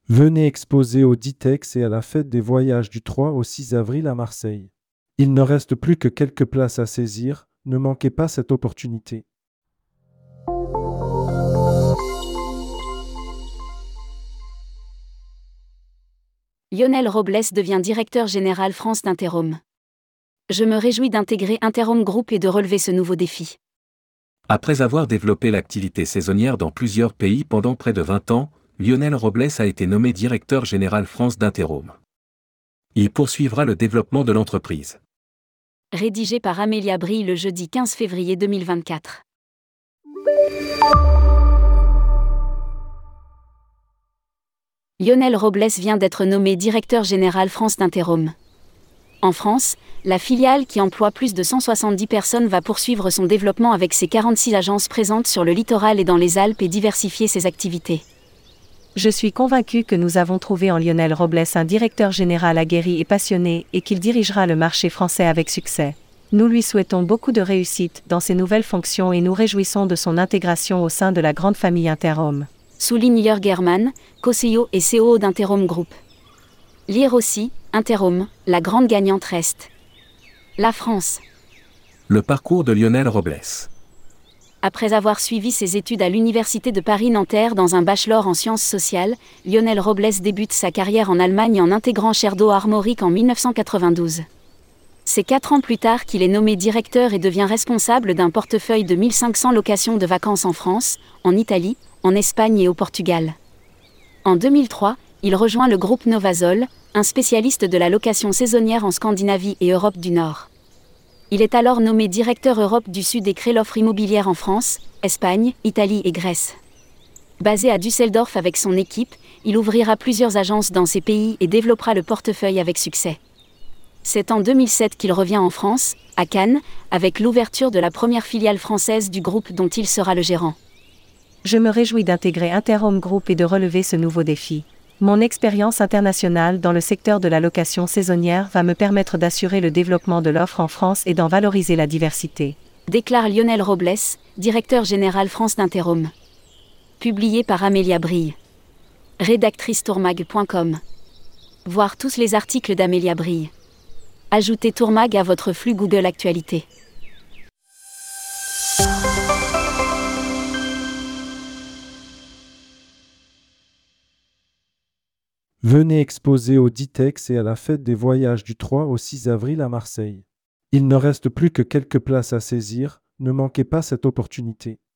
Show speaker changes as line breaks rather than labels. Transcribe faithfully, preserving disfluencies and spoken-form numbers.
Venez exposer au Ditex et à la fête des voyages du trois au six avril à Marseille. Il ne reste plus que quelques places à saisir, ne manquez pas cette opportunité.
Lionel Robles devient directeur général France d'Interhome. Je me réjouis d'intégrer Interhome Group et de relever ce nouveau défi.
Après avoir développé l'activité saisonnière dans plusieurs pays pendant près de vingt ans, Lionel Robles a été nommé directeur général France d'Interhome. Il poursuivra le développement de l'entreprise.
Rédigé par Amélia Brille le jeudi quinze février deux mille vingt-quatre. Lionel Robles vient d'être nommé directeur général France d'Interhome. En France, la filiale qui emploie plus de cent soixante-dix personnes va poursuivre son développement avec ses quarante-six agences présentes sur le littoral et dans les Alpes et diversifier ses activités.
Je suis convaincu que nous avons trouvé en Lionel Robles un directeur général aguerri et passionné et qu'il dirigera le marché français avec succès. Nous lui souhaitons beaucoup de réussite dans ses nouvelles fonctions et nous réjouissons de son intégration au sein de la grande famille Interhome.
Souligne Jörg Hermann, co-C E O et C O O d'Interhome Group. Lire aussi, Interhome, la grande gagnante reste la France.
Le parcours de Lionel Robles.
Après avoir suivi ses études à l'Université de Paris-Nanterre dans un bachelor en sciences sociales, Lionel Robles débute sa carrière en Allemagne en intégrant Sherdo Armoric en mille neuf cent quatre-vingt-douze. C'est quatre ans plus tard qu'il est nommé directeur et devient responsable d'un portefeuille de mille cinq cents locations de vacances en France, en Italie, en Espagne et au Portugal. En deux mille trois, il rejoint le groupe Novasol, un spécialiste de la location saisonnière en Scandinavie et Europe du Nord. Il est alors nommé directeur Europe du Sud et crée l'offre immobilière en France, Espagne, Italie et Grèce. Basé à Düsseldorf avec son équipe, il ouvrira plusieurs agences dans ces pays et développera le portefeuille avec succès. C'est en deux mille sept qu'il revient en France, à Cannes, avec l'ouverture de la première filiale française du groupe dont il sera le gérant.
Je me réjouis d'intégrer Interhome Group et de relever ce nouveau défi. Mon expérience internationale dans le secteur de la location saisonnière va me permettre d'assurer le développement de l'offre en France et d'en valoriser la diversité.
Déclare Lionel Robles, directeur général France d'Interhome. Publié par Amélia Brille. Rédactrice tourmag point com. Voir tous les articles d'Amélia Brille. Ajoutez Tourmag à votre flux Google Actualité.
Venez exposer au Ditex et à la fête des voyages du trois au six avril à Marseille. Il ne reste plus que quelques places à saisir, ne manquez pas cette opportunité.